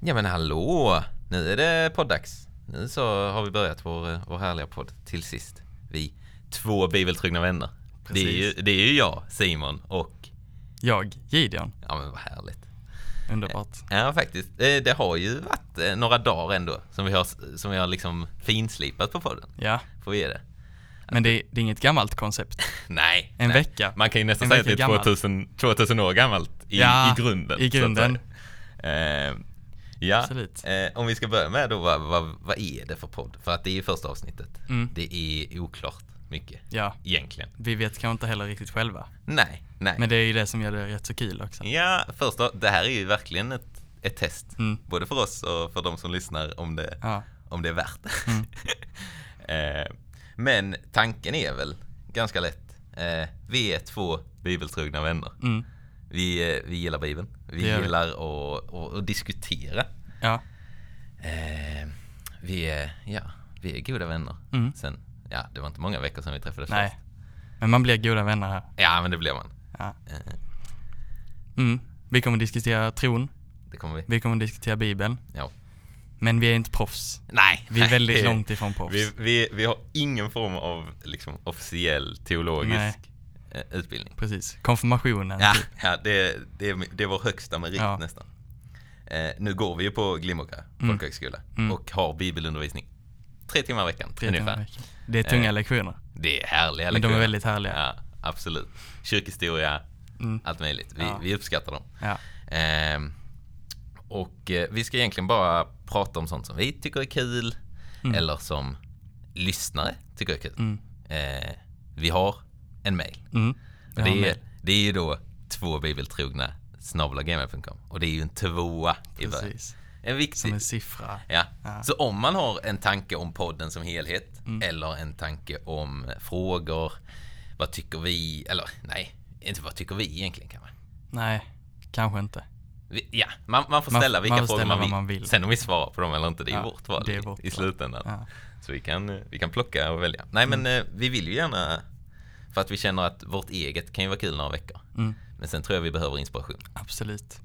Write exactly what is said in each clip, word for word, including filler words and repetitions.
Ja men hallå, nu är det poddags. Nu så har vi börjat vår, vår härliga podd till sist. Vi två bibeltrogna vänner. Det är, ju, det är ju jag, Simon, och jag, Gideon. Ja men vad härligt. Underbart. Ja faktiskt, det har ju varit några dagar ändå som vi har, som vi har liksom finslipat på podden. Ja. Får vi ge det. Men det är, det är inget gammalt koncept. Nej. En nej. vecka. Man kan ju nästan säga att det är tvåtusen, tvåtusen år gammalt i, ja, i grunden. i grunden. Eh, ja, Absolut. Eh, om vi ska börja med då, vad, vad, vad är det för podd? För att det är ju första avsnittet. Mm. Det är oklart mycket, ja. egentligen. Vi vet kanske inte heller riktigt själva. Nej, nej. Men det är ju det som gör det rätt så kul också. Ja, första, det här är ju verkligen ett, ett test. Mm. Både för oss och för de som lyssnar om det, ja. om det är värt det. Mm. eh, men tanken är väl ganska lätt. Eh, vi är två bibeltrogna vänner. Mm. Vi, vi gillar Bibeln. Vi gillar att, att, att diskutera. Ja. Eh, vi, är, ja, vi är goda vänner. Mm. Sen, ja, det var inte många veckor sedan vi träffades. Nej, först. men man blir goda vänner här. Ja, men det blir man. Ja. Eh. Mm. Vi kommer att diskutera tron. Det kommer vi. Vi kommer att diskutera Bibeln. Ja. Men vi är inte proffs. Nej. Vi är väldigt det, långt ifrån proffs. Vi, vi, vi har ingen form av liksom, officiell teologisk Nej. utbildning. Precis, konfirmationen. Ja, typ. ja det, det, det är vår högsta merit ja. nästan. Eh, nu går vi ju på Glimåkra folkhögskola mm. och har bibelundervisning tre timmar i veckan. Tre timmar i veckan. Det är tunga eh, lektioner. Det är härliga Men lektioner. de är väldigt härliga. Ja, absolut. Kyrkhistoria, mm. allt möjligt. Vi, ja. vi uppskattar dem. Ja. Eh, och eh, vi ska egentligen bara prata om sånt som vi tycker är kul mm. eller som lyssnare tycker är kul. Mm. Eh, vi har en mail. Mm. Det, är, det är ju då två bibeltrogna snabel-a gmail punkt com och det är ju en tvåa i början. En viktig, som en siffra. Ja. ja. Så om man har en tanke om podden som helhet mm. eller en tanke om frågor, vad tycker vi, eller nej, inte vad tycker vi egentligen kan man. Nej, kanske inte. Vi, ja, man, man får ställa man, vilka man får frågor ställa man, vill. man vill. Sen om vi svarar på dem eller inte, det är ja, vårt val det är vårt i, i slutändan. Ja. Så vi kan, vi kan plocka och välja. Nej, mm. men vi vill ju gärna, för att vi känner att vårt eget kan ju vara kul några veckor. Mm. Men sen tror jag vi behöver inspiration. Absolut.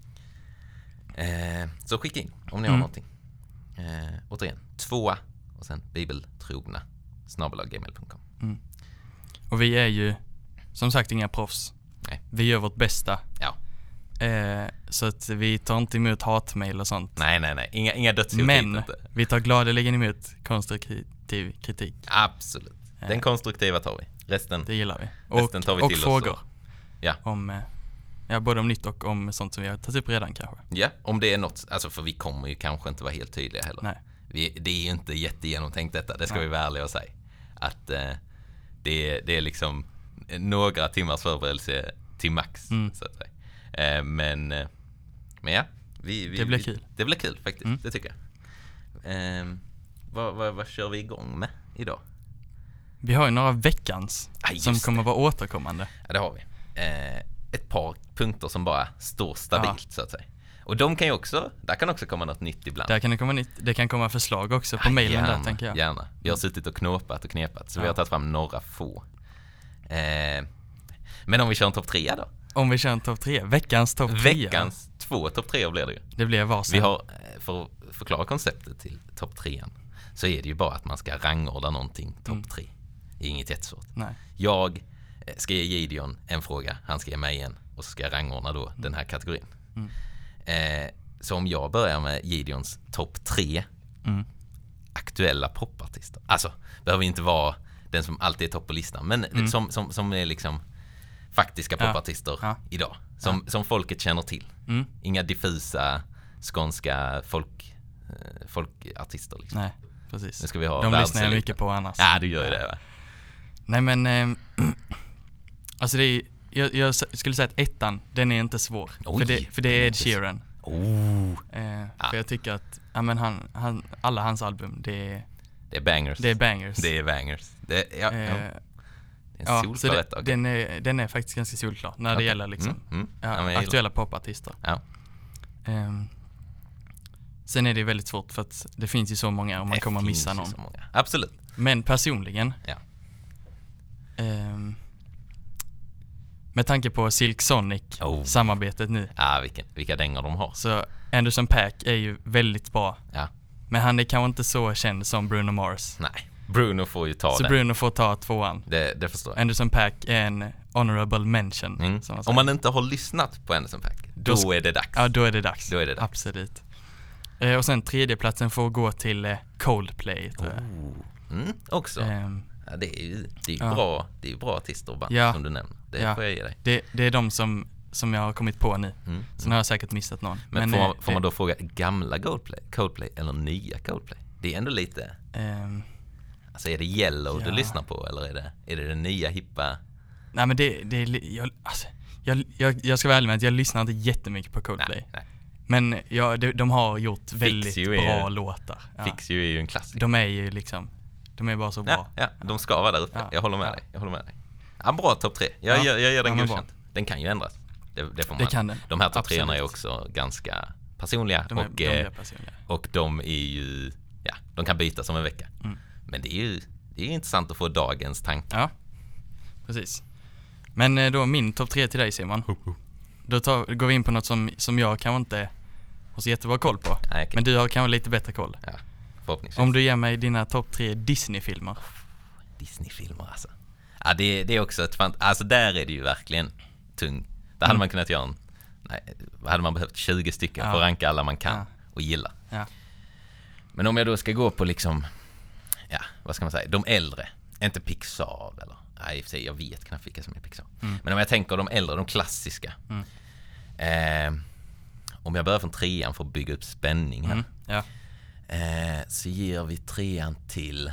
Eh, så skicka in om ni mm. har någonting. Eh, återigen, tvåa och sen bibeltrogna snabel-a gmail punkt com. Mm. Och vi är ju som sagt inga proffs. Nej. Vi gör vårt bästa. Ja. Eh, så att vi tar inte emot hatmejl och sånt. Nej, nej, nej. Inga, inga dödshot. Men inte. vi tar gladeligen emot konstruktiv kritik. Absolut. Den eh. konstruktiva tar vi. Resten, det gillar vi. Resten och, tar vi och till frågor. Oss och, ja. Om, ja, både om nytt och om sånt som vi har tagit upp redan kanske. Ja, om det är något. Alltså för vi kommer ju kanske inte vara helt tydliga heller. Nej. Vi, det är ju inte jättegenomtänkt detta. Det ska Nej. vi vara ärliga och säga. Att eh, det, det är liksom några timmars förberedelse till max. Mm. Så att säga. Eh, men, eh, men ja. Vi, vi, det blir vi, kul. Det blir kul faktiskt. Mm. Det tycker jag. Eh, vad, vad, vad kör vi igång med idag? Vi har ju några veckans ah, som kommer vara återkommande. Ja, det har vi. Eh, ett par punkter som bara står stabilt ja. så att säga. Och de kan ju också, där kan också komma något nytt ibland. Där kan det komma nytt. Det kan komma förslag också på ja, mejlen där, tänker jag. Gärna. Vi har suttit och knåpat och knepat så ja. vi har tagit fram några få. Eh, men om vi kör en topp tre då? Om vi kör en topp tre. Veckans topp tre. Veckans två topp tre blir det ju. Det blir varsin. Vi har, för att förklara konceptet till topp trean, så är det ju bara att man ska rangordna någonting topp mm. tre. Det är inget jättesvårt. Nej. Jag ska ge Gideon en fråga, han ska ge mig en och så ska jag rangordna då mm. den här kategorin. Mm. Eh, så om jag börjar med Gideons topp tre mm. aktuella popartister. Alltså, behöver inte vara den som alltid är topp på listan, men mm. som, som, som är liksom faktiska popartister ja. Ja. idag. Som, ja. som folket känner till. Mm. Inga diffusa skånska folk, folkartister liksom. Nej, precis. Nu ska vi ha de lyssnar jag mycket på annars. Ja, du gör ju det va? Nej, men eh, alltså det är, jag, jag skulle säga att ettan, den är inte svår. Oj, för, det, för det är Ed Sheeran. Oh. Eh, ja. För jag tycker att ja, men han, han, alla hans album, det är... Det är bangers. Det är bangers. Det är bangers. Det, ja, eh, ja. det är ja, solklar rätt. Okay. Den, är, den är faktiskt ganska solklar när okay. det gäller liksom, mm, mm. Ja, ja, aktuella popartister. Ja. Eh, sen är det väldigt svårt för att det finns ju så många och man det kommer missa någon. Så många. Absolut. Men personligen... Ja. Um, med tanke på Silk Sonic oh. samarbetet nu. Ja, vilken, vilka dängor de har. Så Anderson .Paak är ju väldigt bra. Ja. Men han är kanske inte så känd som Bruno Mars. Nej, Bruno får ju ta så det. Så Bruno får ta tvåan. Det, det förstår jag. Anderson .Paak är en honorable mention. Mm. Som man Om man inte har lyssnat på Anderson .Paak, då, då är det dags. Ja, då är det dags. Då är det dags. Absolut. Eh, och sen tredjeplatsen får gå till eh, Coldplay, tror jag. Oh. Mm, också. Um, ja, det är ju, det är ju ja. bra, det är ju bra artister och band ja. som du nämner. Det ja. får jag ge dig. Det, det är de som, som jag har kommit på nu. Mm. Sen mm. har jag säkert missat någon. Men, Men får, man, får man då fråga gamla Coldplay, Coldplay eller nya Coldplay? Det är ändå lite... Um, alltså är det Yellow ja. du lyssnar på eller är det, är det den nya hippa? Nej men det, det är... Jag, alltså, jag, jag, jag ska vara ärlig med att jag lyssnar inte jättemycket på Coldplay. Nej, nej. Men ja, de, de har gjort väldigt bra är, låtar. Ja. Fix You är ju en klassiker. De är ju liksom... De är bara så bra. Ja, ja de ska vara där uppe. Ja. Jag håller med ja. dig. Jag håller med dig. Ja, bra topp tre. Jag, ja. jag, jag ger den ja, godkänt. Den kan ju ändras. Det, det får man. Det kan den. De här topp treorna är också ganska personliga. De är, och, de är personliga. Och de är ju... Ja, de kan byta som en vecka. Mm. Men det är ju det är intressant att få dagens tankar. Ja, precis. Men då min topp tre till dig, Simon. Ho, ho. Då tar, går vi in på något som, som jag kanske inte har så jättebra koll på. Nej, okay. Men du har kanske lite bättre koll. Ja, förhoppningsvis. Om du ger mig dina topp tre Disney-filmer. Disney-filmer alltså. Ja, det, det är också ett fant- alltså där är det ju verkligen tung. Där hade mm. man kunnat göra en, nej, hade man behövt tjugo stycken ja. för att ranka alla man kan ja. och gilla. Ja. Men om jag då ska gå på liksom, ja, vad ska man säga, de äldre, inte Pixar eller, nej, för sig, jag vet knappt vilka som är Pixar. Mm. Men om jag tänker de äldre, de klassiska. Mm. Eh, om jag börjar från trean för att bygga upp spänning här. Mm. Ja. Eh, så ger vi trean till,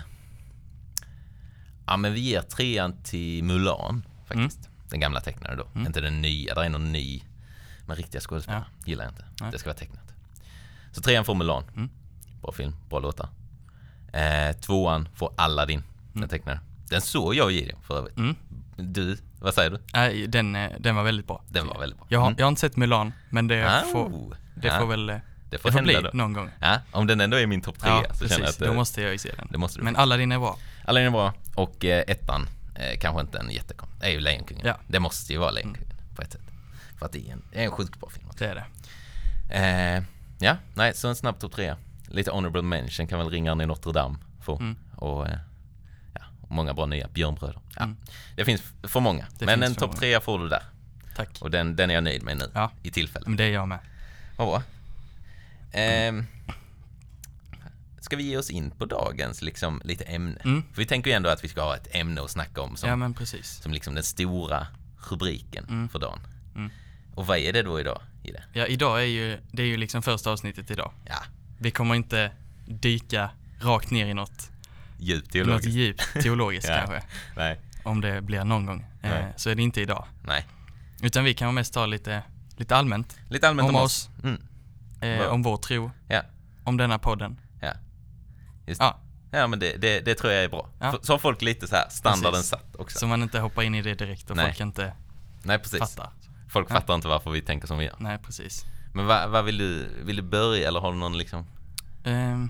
ja men vi ger trean till Mulan faktiskt. Mm. Den gamla tecknade då. Mm. Inte den nya, där är någon ny med riktiga skådespelare. Ja. Gillar jag inte. Nej. Det ska vara tecknat. Så trean får Mulan. Mm. Bra film, bra låtar. Eh, tvåan får Aladdin. Den mm. tecknade. Den såg jag i den för övrigt. Mm. Du, vad säger du? Nej, den, den var väldigt bra. Den var väldigt bra. Jag har, mm. jag har inte sett Mulan, men det oh. får, det ja. får väl det får, det får bli då. någon gång. Ja, om den ändå är min topp tre ja, så precis. känner jag att det, då måste jag ju se den. Det måste du. Men Aladdin är bra. Aladdin är bra. Och eh, ettan, eh, kanske inte en jättekon. Det är ju Lejonkungen. Ja. Det måste ju vara Lejonkungen mm. på ett sätt. För att det är en, det är en sjukt bra film. Det är det. Eh, ja, nej, så en snabb topp tre. Lite honorable mention kan väl Ringaren i Notre Dame få. Mm. Och, eh, ja, och många bra nya Björnbröder. Ja, mm. Det finns för många. Det men en topp tre får du där. Tack. Och den, den är jag nöjd med nu ja. i tillfället. Men det är jag med. Vad bra. Eh, ska vi ge oss in på dagens liksom, lite ämne? Mm. För vi tänker ju ändå att vi ska ha ett ämne att snacka om som, ja, men precis. som liksom den stora rubriken mm. för dagen. Mm. Och vad är det då idag i det? Ja, idag är ju, det är ju liksom första avsnittet idag. Ja. Vi kommer inte dyka rakt ner i något djupt teologiskt, något djupt teologiskt ja. kanske. Nej. Om det blir någon gång. Eh, så är det inte idag. Nej. Utan vi kan mest ta lite, lite allmänt. Lite allmänt om, om oss. oss. Mm. Eh, om vår tro. Ja. Om denna podden. Ja. Just ja. Ja, men det, det, det tror jag är bra. Ja. Så har folk lite så här standarden precis. Satt också. Så man inte hoppar in i det direkt och Nej. folk inte Nej, precis. fattar. Folk ja. fattar inte varför vi tänker som vi gör. Nej, precis. Men vad, vad vill du, vill du börja eller har du någon liksom? Um,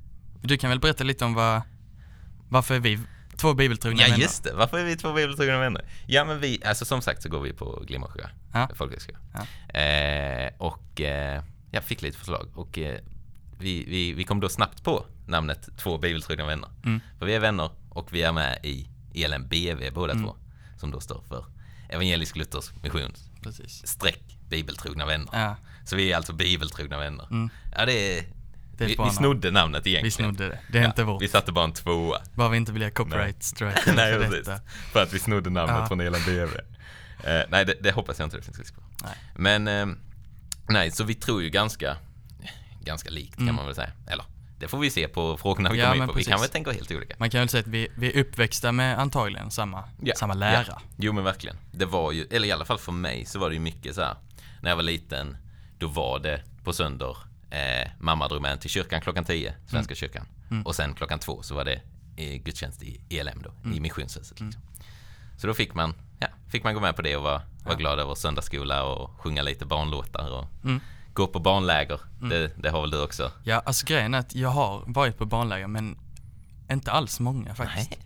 du kan väl berätta lite om vad, varför är vi två bibeltrogna ja, vänner? Ja, just det. Varför är vi två bibeltrogna vänner? Ja, men vi, alltså som sagt så går vi på Glimmersjö. Ja. Folkhögskola. Ja. Eh, och eh, jag fick lite förslag. Och eh, vi, vi, vi kom då snabbt på namnet Två bibeltrogna vänner. Mm. För vi är vänner och vi är med i E L M B V båda mm. två. Som då står för Evangelisk Luthers Missions. Precis. Streck bibeltrogna vänner. Ja. Så vi är alltså bibeltrogna vänner. Mm. Ja, det är... Det är vi, vi snodde namnet egentligen. Vi snodde det. Det är ja, inte vårt. Vi satte bara en tvåa. Bara vi inte vill ha copyright strike. Nej, precis. För att vi snodde namnet ja. från E L M B V. Eh, nej, det, det hoppas jag inte det finns risk på. Nej. Men, eh, nej, så vi tror ju ganska, ganska likt mm. kan man väl säga. Eller, det får vi se på frågorna vi ja, kommer in på. Precis. Vi kan väl tänka helt olika. Man kan väl säga att vi, vi är uppväxta med antagligen samma, ja. samma lära. Ja. Jo, men verkligen. Det var ju, eller i alla fall för mig så var det ju mycket så här. När jag var liten, då var det på söndag. Eh, mamma drog med till kyrkan klockan tio, Svenska mm. kyrkan. Mm. Och sen klockan två så var det eh, gudstjänst i E L M då, mm. i missionshuset. Liksom. Mm. Så då fick man, ja, fick man gå med på det och vara, vara ja. glad över söndagsskola och sjunga lite barnlåtar och mm. gå på barnläger. Mm. Det, det har väl du också? Ja, alltså grejen är att jag har varit på barnläger men inte alls många faktiskt. Nej.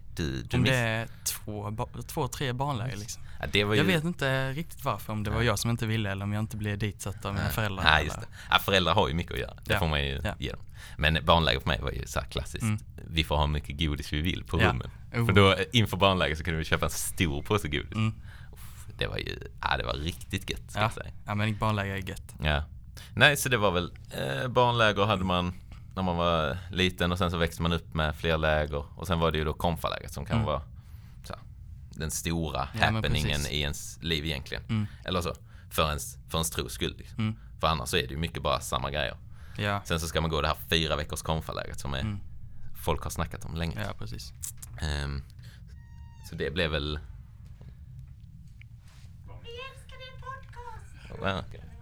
du, du om miss... det är två, två tre barnläger liksom. Ja, det var ju... Jag vet inte riktigt varför, om det var jag som inte ville eller om jag inte blev ditsatt av mina Nej. föräldrar. Nej, just det. Ja, föräldrar har ju mycket att göra, det ja. får man ju ja. ge dem. Men barnläger för mig var ju så här klassiskt. Mm. Vi får ha mycket godis vi vill på ja. rummen. Uh. För då inför barnläger så kunde vi köpa en stor påse godis. Mm. Uff, det var ju, ja, det var riktigt gött, ska ja. jag säga. Ja, men barnläger är gött. Ja. Nej, så det var väl eh, barnläger hade man när man var liten och sen så växte man upp med fler läger och sen var det ju då konfaläget som kan mm. vara så här, den stora ja, happeningen i ens liv egentligen. Mm. Eller så, för ens, för ens tros skull. Liksom. Mm. För annars så är det ju mycket bara samma grejer. Ja. Sen så ska man gå det här fyra veckors konfaläget som är, mm. folk har snackat om länge. Ja, precis. Um, så det blev väl... Vi älskar din podcast! Oh, wow, okay.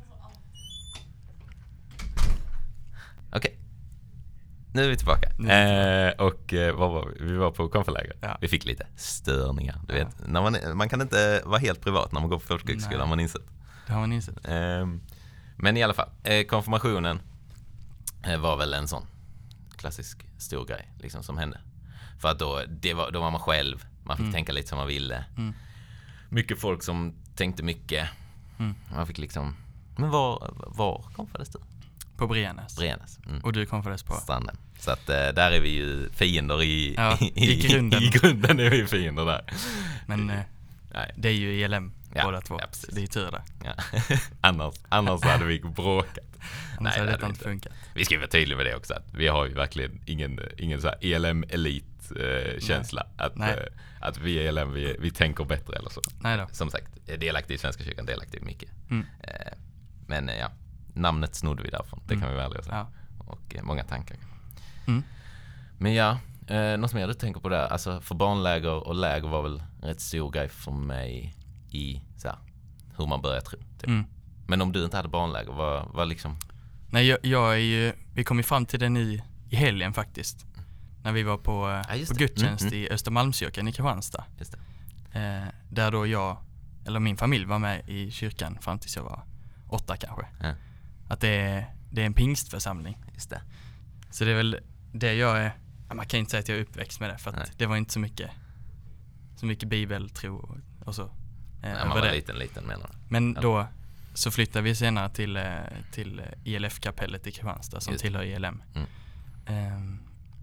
Okej. Okay. Nu är vi tillbaka. Mm. Eh, och eh, vad var vi? Vi var på konfaläger. Ja. Vi fick lite störningar. Du ja. vet, när man, man kan inte vara helt privat när man går på folkhögskola, har man insett. Det har man insett. Eh, men i alla fall, eh, konfirmationen eh, var väl en sån klassisk stor grej liksom, som hände. För att då, det var, då var man själv. Man fick mm. tänka lite som man ville. Mm. Mycket folk som tänkte mycket. Mm. Man fick liksom... Men var, var konfades du? På Brenes. Brenes. Mm. Och du konfades på? Stranden. Så att eh, där är vi ju fiender i... Ja, i, i, grunden. I grunden är vi fiender där. Men eh, det är ju E L M ja, båda två. Ja, det är tur det. Ja. annars annars hade vi bråkat. Annars Nej, hade det inte funkat. Vi ska vara tydliga med det också. Att vi har ju verkligen ingen, ingen så här E L M-elit eh, känsla. Att, Nej. Eh, att vi är E L M, vi, vi tänker bättre eller så. Nej då. Som sagt, delaktig i Svenska kyrkan, delaktig mycket. Mm. Eh, men eh, ja, namnet snodde vi därifrån. Det kan mm. vi väl säga. Ja. Och eh, många tankar. Mm. Men ja, eh, något mer du tänker på där. Alltså för barnläger och läger var väl en rätt stor grej för mig i så här, hur man börjar tro. Typ. Mm. Men om du inte hade barnläger, vad, vad liksom... Nej, jag, jag är ju, vi kom ju fram till det nu i helgen faktiskt. När vi var på, ja, på gudstjänst mm, mm. i Östermalmskyrkan i Kristianstad. Just det. Eh, där då jag, eller min familj var med i kyrkan fram tills jag var åtta kanske. Ja. Att det är, det är en pingstförsamling. Just det. Så det är väl det jag är, man kan inte säga att jag är uppväxt med det, för att det var inte så mycket så mycket bibeltro och, och så. Eh, Nej, man var det. liten, liten menar du. Men ja. Då så flyttade vi senare till, till E L F-kapellet i Kristianstad som Just. tillhör E L M. Mm. Um,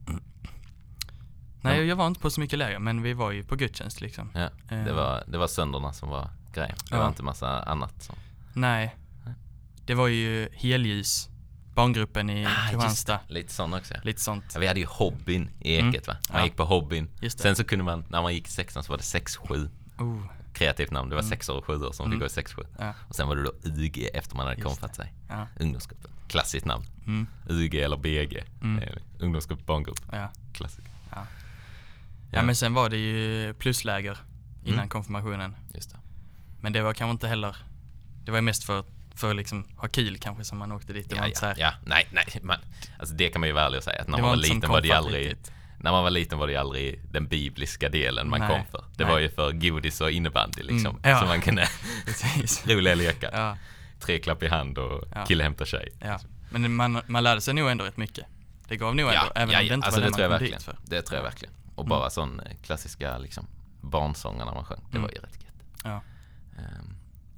Nej, jag var inte på så mycket läger, men vi var ju på gudstjänst liksom. Ja, det var, det var söndagarna som var grejen. Det ja. var inte massa annat. Som... Nej, det var ju helljus, barngruppen i ah, Kristianstad. Lite sånt också. Lite sånt. Ja, vi hade ju hobbyn i Eket, mm. va? Man ja. gick på hobbyn. Sen så kunde man, när man gick i sexan så var det sex sju. Oh. Kreativt namn, det var mm. sexor och sjuor som mm. fick gå i sex sju. Ja. Och sen var det då U G efter man hade konfat sig. Ja. Ungdomsgruppen. Klassiskt namn. Mm. U G eller B G. Mm. Ungdomsgrupp, barngrupp. Ja. Klassik. Ja. Ja. ja, men sen var det ju plusläger innan mm. konfirmationen. Just det. Men det var kanske inte heller, det var ju mest för för att liksom ha kul kanske som man åkte dit. Det ja, var ja, så här. ja, nej, nej. Man, alltså det kan man ju vara ärlig och säga. Att när, man var liten var det aldrig, riktigt. när man var liten var det aldrig den bibliska delen man nej, kom för. Det nej. var ju för godis och innebandy liksom. Mm, ja. Så man kunde roliga lekar. Ja. Tre klapp i hand och ja. kille hämtar tjej. Ja. Men man, man lärde sig nog ändå rätt mycket. Det gav nog ändå, ja, även ja, om det inte alltså var det, det man kom dit för. Det tror jag verkligen. Och bara mm. sån klassiska liksom, barnsånger när man sjöng. Det mm. var ju rätt gött. Ja. Um,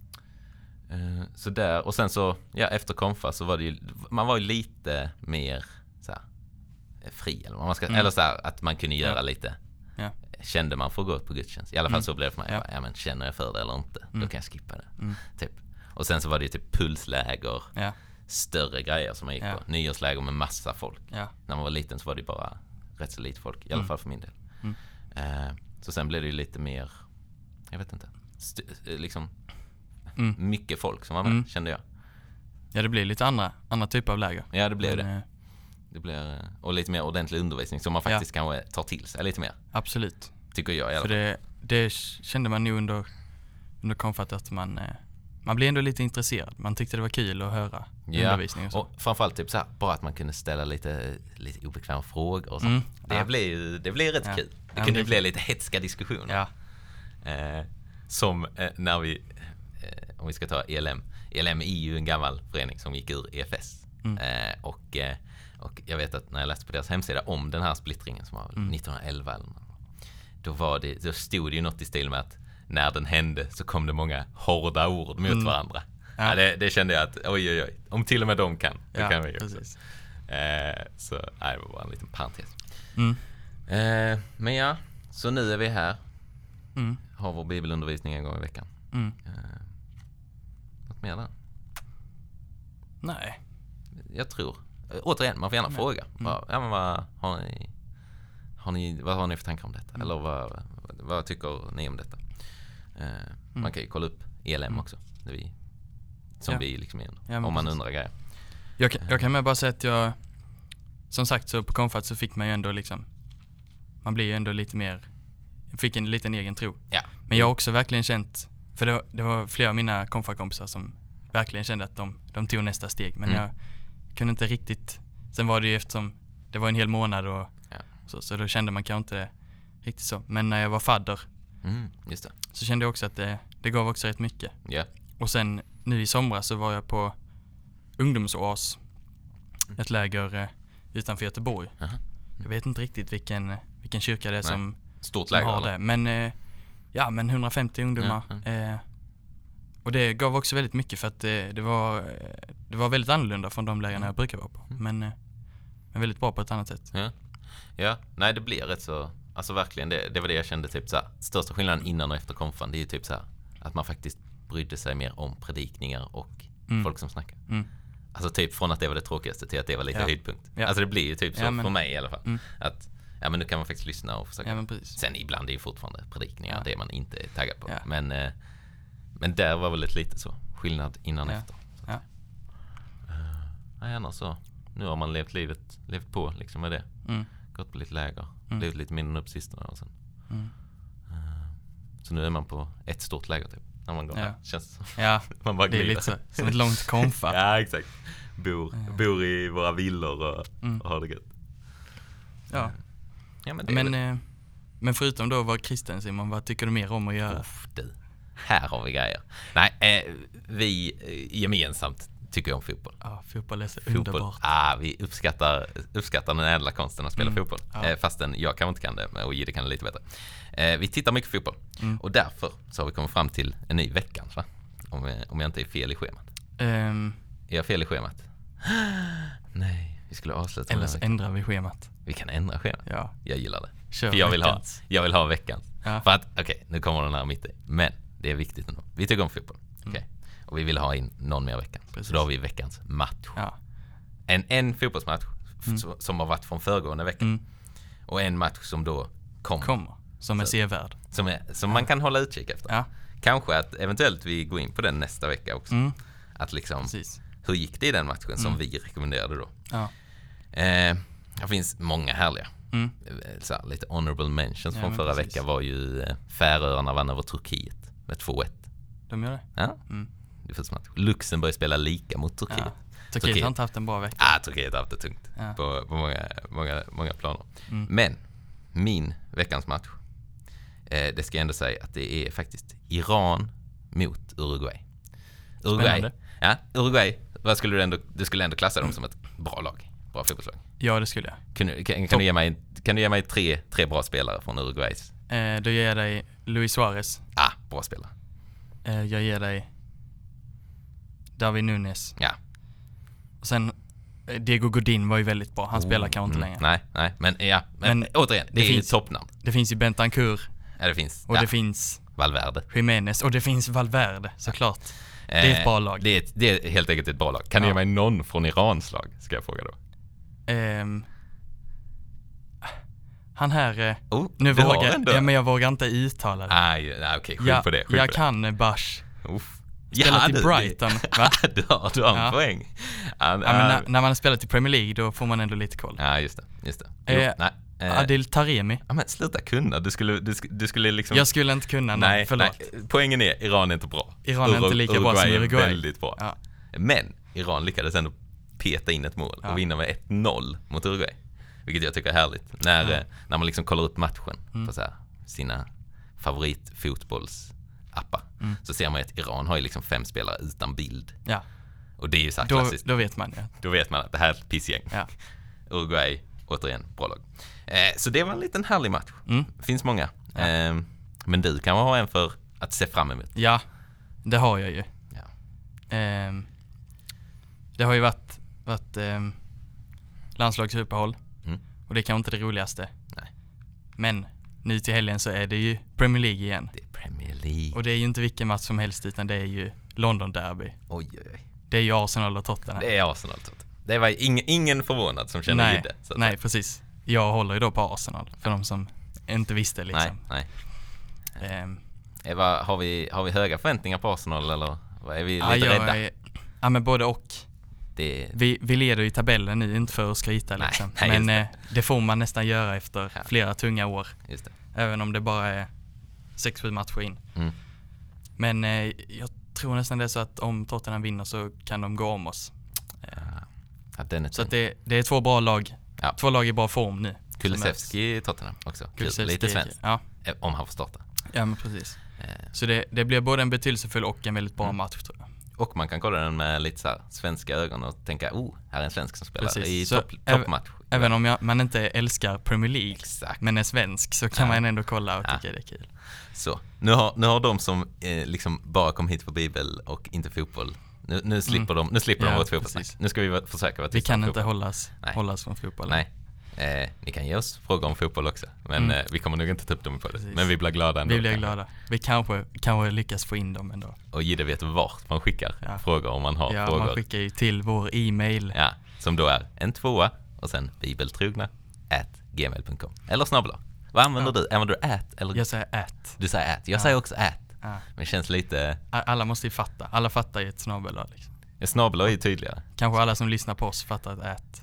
Uh, så där, och sen så ja, efter konfa så var det ju, man var ju lite mer så här, fri eller vad man ska mm. eller så här, att man kunde göra ja. lite. Ja. Kände man får gå på gudstjänst. I alla fall mm. så blev det för mig. Ja. Jag bara, ja, men känner jag för det eller inte? Mm. Då kan jag skippa det. Mm. Typ. Och sen så var det ju typ pulsläger. Ja. Större grejer som man gick ja. på. Nyårsläger med massa folk. Ja. När man var liten så var det bara rätt så lite folk. I alla mm. fall för min del. Mm. Uh, så sen blev det ju lite mer, jag vet inte, st- liksom mm. mycket folk som var med, mm. kände jag. Ja, det blir lite andra, andra typer av läger. Ja, det blir Men, det. Det blir, och lite mer ordentlig undervisning som man faktiskt ja. kanske tar till sig lite mer. Absolut. Tycker jag i alla fall. För det, det kände man nu under, under konfat att man, man blev ändå lite intresserad. Man tyckte det var kul att höra ja. undervisning och så. Och framförallt typ så här, bara att man kunde ställa lite, lite obekväma frågor och så. Mm. Det, ja. blir, det blir rätt ja. kul. Det ja, kunde det bli lite hetska diskussioner. Ja. Eh, som eh, när vi, eh, om vi ska ta E L M. E L M är ju en gammal förening som gick ur E F S. Mm. Eh, och, eh, och jag vet att när jag läste på deras hemsida om den här splittringen som var mm. nittonhundraelva eller något, då, var det, då stod det ju något i stil med att när den hände så kom det många hårda ord mot mm. varandra. Ja. Ja, det, det kände jag att oj, oj, oj. Om till och med de kan, då ja, kan vi precis. Eh, så nej, det var bara en liten parentes. Mm. Eh, men ja, så nu är vi här. Mm. Har vår bibelundervisning en gång i veckan. Mm. Eh, något mer där? Nej. Jag tror. Återigen, man får gärna Nej. fråga. Mm. Vad, ja, men vad, har ni, har ni, vad har ni för tankar om detta? Mm. Eller vad, vad tycker ni om detta? Eh, mm. Man kan ju kolla upp E L M mm. också. Det vi, som ja. vi liksom är ja, om man precis. undrar grejer. Jag kan, jag kan med bara säga att jag, som sagt, så på konfat så fick man ju ändå liksom, man blir ju ändå lite mer, fick en liten egen tro. Ja. Men jag har också verkligen känt, för det var, det var flera av mina konfakompisar som verkligen kände att de, de tog nästa steg. Men mm. jag kunde inte riktigt, sen var det ju eftersom det var en hel månad och ja. så, så då kände man kanske inte riktigt så. Men när jag var fadder mm, just det. så kände jag också att det, det gav också rätt mycket. Yeah. Och sen nu i somras så var jag på ungdomsås, mm. ett läger eh, utanför Göteborg. Uh-huh. Mm. Jag vet inte riktigt vilken, vilken kyrka det är som, Stort läger, som har det. Men, eh, ja, men hundrafemtio ungdomar. Mm. Eh, och det gav också väldigt mycket för att det, det, var, det var väldigt annorlunda från de lägren jag brukar vara på. Mm. Men, eh, men väldigt bra på ett annat sätt. Ja, ja. Nej, det blir rätt så, alltså verkligen, det, det var det jag kände typ så här, största skillnaden innan och efter konfan, det är ju typ så här, att man faktiskt brydde sig mer om predikningar och mm. folk som snackar. Mm. Alltså typ från att det var det tråkigaste till att det var lite ja. höjdpunkt. Ja. Alltså det blir ju typ så ja, men, för mig i alla fall. Mm. Att ja, men nu kan man faktiskt lyssna och försöka. Ja, men precis. Sen ibland är det ju fortfarande predikningar, ja. det man inte är taggad på. Ja. Men, eh, men där var väl ett lite så skillnad innan och ja. efter. Så ja. Uh, ja, annars så. Nu har man levt livet, levt på liksom med det. Mm. Gått på lite läger, mm. levt lite mindre upp sistone och sen. Mm. Uh, så nu är man på ett stort läger typ. När man går ja. här, känns det som. Ja, man bara det är lite så, som ett långt konfa. Ja, exakt. Bor, ja. bor i våra villor och, mm. och har det gött. Ja. Ja, men, det men, eh, men förutom då att vara kristen, Simon, vad tycker du mer om att göra? Uff, du. Här har vi grejer. Nej, eh, vi eh, gemensamt tycker om fotboll. Ja, fotboll är så fotboll. underbart. Ah, vi uppskattar, uppskattar den ädla konsten att spela mm. fotboll. Ja. Eh, fastän jag kanske inte kan det, och Gide kan det lite bättre. Eh, vi tittar mycket fotboll. Mm. Och därför så har vi kommit fram till en ny veckans, va? Om, vi, om jag inte är fel i schemat. Um, är jag fel i schemat? Nej, vi skulle avsluta. Eller så ändrar vi schemat. Vi kan ändra schemat. Ja. Jag gillar det. Kör För jag vill, ha, jag vill ha veckans. Ja. För att, okej, okay, nu kommer den här mitt i. Men det är viktigt ändå. Vi tycker om fotboll. Mm. Okay. Och vi vill ha in någon mer veckan. Så då har vi veckans match. Ja. En, en fotbollsmatch mm. som, som har varit från föregående vecka. Mm. Och en match som då kommer. Kommer. Som är sevärd. Som, är, som ja. man kan hålla utkik efter. Ja. Kanske att eventuellt vi går in på den nästa vecka också. Mm. Att liksom, precis. Hur gick det i den matchen mm. som vi rekommenderade då? Ja. Eh, det finns många härliga. Mm. Så här, lite honorable mentions ja, från förra precis. veckan var ju eh, Färöarna vann över Turkiet med två ett. De gör det? Ja. Mm. Luxemburg spelar lika mot Turkiet. Ja. Turkiet, Turkiet har inte haft en bra vecka. Ja, Turkiet har haft det tungt ja. på, på många, många, många planer. Mm. Men min veckans match, eh, det ska jag ändå säga att det är faktiskt Iran mot Uruguay. Uruguay, ja, Uruguay, vad skulle du ändå, du skulle ändå klassa dem som ett bra lag, bra fotbollslag. Ja, det skulle jag. Kan, kan, kan, du, ge mig, kan du ge mig tre, tre bra spelare från Uruguays? Eh, då ger jag dig Luis Suarez. Ah, bra spelare. Eh, jag ger dig David Nunes. Ja. Och sen Diego Godin var ju väldigt bra. Han oh, spelar kanske inte mm, längre. Nej, nej, men ja, men, men återigen, det, det är finns, ju toppnamn. Det finns ju Bentancur. Ja, det finns. Och ja. det finns Valverde. Jiménez och det finns Valverde, såklart. Det är ett bra lag. Det är, ett, det är helt enkelt ett bra lag. Kan ja. du ge mig någon från Irans lag, ska jag fråga då? Um, han här... Oh, nu vågar, ja, men jag vågar inte uttala det. Aj, okej, okay, skyll ja, på det. Skyll jag på kan det. Bash. Uff. Spelat ja, i Brighton, det, va? du har, du har en ja. poäng. Ja, uh, men när, när man har spelat i Premier League, då får man ändå lite koll. Ja, just det. Just det. Jo, eh, nej. Eh, Adil Taremi. Ja, men sluta kunna. Du skulle, du, du skulle liksom... Jag skulle inte kunna, nej, förlåt. Nej, poängen är, Iran är inte bra. Iran är Ur- inte lika Uruguay bra som Uruguay. Är väldigt bra. Ja. Men Iran lyckades ändå peta in ett mål ja. och vinna med ett noll mot Uruguay. Vilket jag tycker är härligt. När, ja. när man liksom kollar upp matchen mm. på så här, sina favoritfotbollsappar mm. så ser man att Iran har ju liksom fem spelare utan bild. Ja. Och det är ju så här då, klassiskt. Då vet man ja. Då vet man att det här är ett pissgäng. Ja. Uruguay, återigen, bra lag. Eh, så det var en liten härlig match. Mm. Finns många. Ja. Eh, men du kan ha en för att se fram emot. Ja, det har jag ju. Ja. Eh, det har ju varit, varit eh, landslagsuppehåll. Mm. Och det är kanske inte det roligaste. Nej. Men nu till helgen så är det ju Premier League igen. Det är Premier League. Och det är ju inte vilken match som helst utan det är ju London Derby. Oj, oj, oj. Det är ju Arsenal och Tottenham. Det är Arsenal. Det var ing, ingen förvånad som känner nej, det. Så att nej, säga. precis. Jag håller ju då på Arsenal för de som inte visste liksom. Nej, nej. Um, Eva, har, vi, har vi höga förväntningar på Arsenal eller är vi ja, lite rädda? Är, ja, men både och. Det... Vi, vi leder i tabellen nu, inte för att skryta nej, liksom. nej, men det. eh, det får man nästan göra efter ja. flera tunga år. Just det. Även om det bara är sex sju matcher in. Mm. Men eh, jag tror nästan det är så att om Tottenham vinner så kan de gå om oss. Ja. Ja, den är så att det, det är två bra lag. Ja. Två lag i bra form nu. Kulusevski i Tottenham också. Kulusevski, lite svenskt. Ja. Om han får starta. Ja, men precis. Eh. Så det, det blir både en betydelsefull och en väldigt bra mm. match, tror jag. Och man kan kolla den med lite så här svenska ögon och tänka, oh, här är en svensk som spelar precis. i så topp, toppmatch. Även om jag, man inte älskar Premier League, exakt. Men är svensk, så kan ja. man ändå kolla och ja. tycka det är kul. Så, nu har, nu har de som eh, liksom bara kom hit för bibel och inte fotboll, nu, nu slipper mm. de, nu slipper ja, de vårt fotbollssnack. Nu ska vi va- försöka vara Vi kan inte fotboll. hållas, hållas från fotboll. Nej. Eh, ni kan ge oss frågor om fotboll också. Men mm. eh, vi kommer nog inte ta upp dem på det. Precis. Men vi blir glada ändå. Vi blir glada. Vi kanske, kanske lyckas få in dem ändå. Och Gide vet vart man skickar ja. frågor om man har ja, frågor. Ja, man skickar ju till vår e-mail. Ja, som då är en tvåa och sen bibeltrogna at gmail punkt com. Eller snabbla. Vad använder ja. du? Använder du at? Eller? Jag säger at. Du säger at. Jag ja. säger också at. Ja. Men det känns lite... Alla måste ju fatta. Alla fattar ju ett snabbla liksom. Ja, snabbla är ju tydligare. Kanske alla som lyssnar på oss fattar ett at.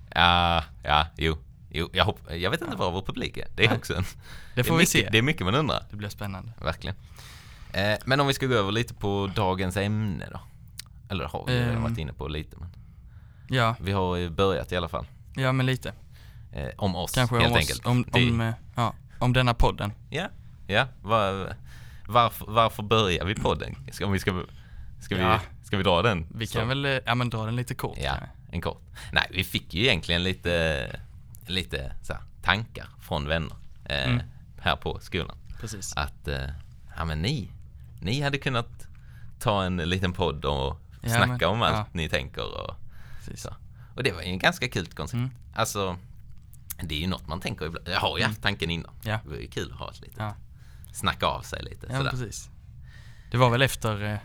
Ja, ja, jo. Jo, jag, hopp, jag vet inte ja. vad vår publik är. Det är Nej. också en... Det får det vi mycket, se. Det är mycket man undrar. Det blir spännande. Verkligen. Eh, men om vi ska gå över lite på dagens ämne då. Eller har vi um, varit inne på lite. Men ja. Vi har ju börjat i alla fall. Ja, men lite. Eh, om oss, Kanske helt om enkelt. Oss, om, det... om, ja, om denna podden. Ja, ja. Var, varför, varför börjar vi podden? Ska, om vi ska, ska, ja. vi, ska vi dra den? Vi så? kan väl ja, men dra den lite kort. Ja, en kort. Nej, vi fick ju egentligen lite, lite så här, tankar från vänner eh, mm. här på skolan. Precis. Att eh, ja, men ni, ni hade kunnat ta en liten podd och ja, snacka men, om allt ja. ni tänker. Och, så. Och det var ju en ganska kul koncept. Mm. Alltså, det är ju något man tänker ibland. Jag har ju haft tanken innan. Ja. Det var ju kul att ha ett litet. Ja. Snacka av sig lite. Ja, sådär. Precis. Det var väl efter eh,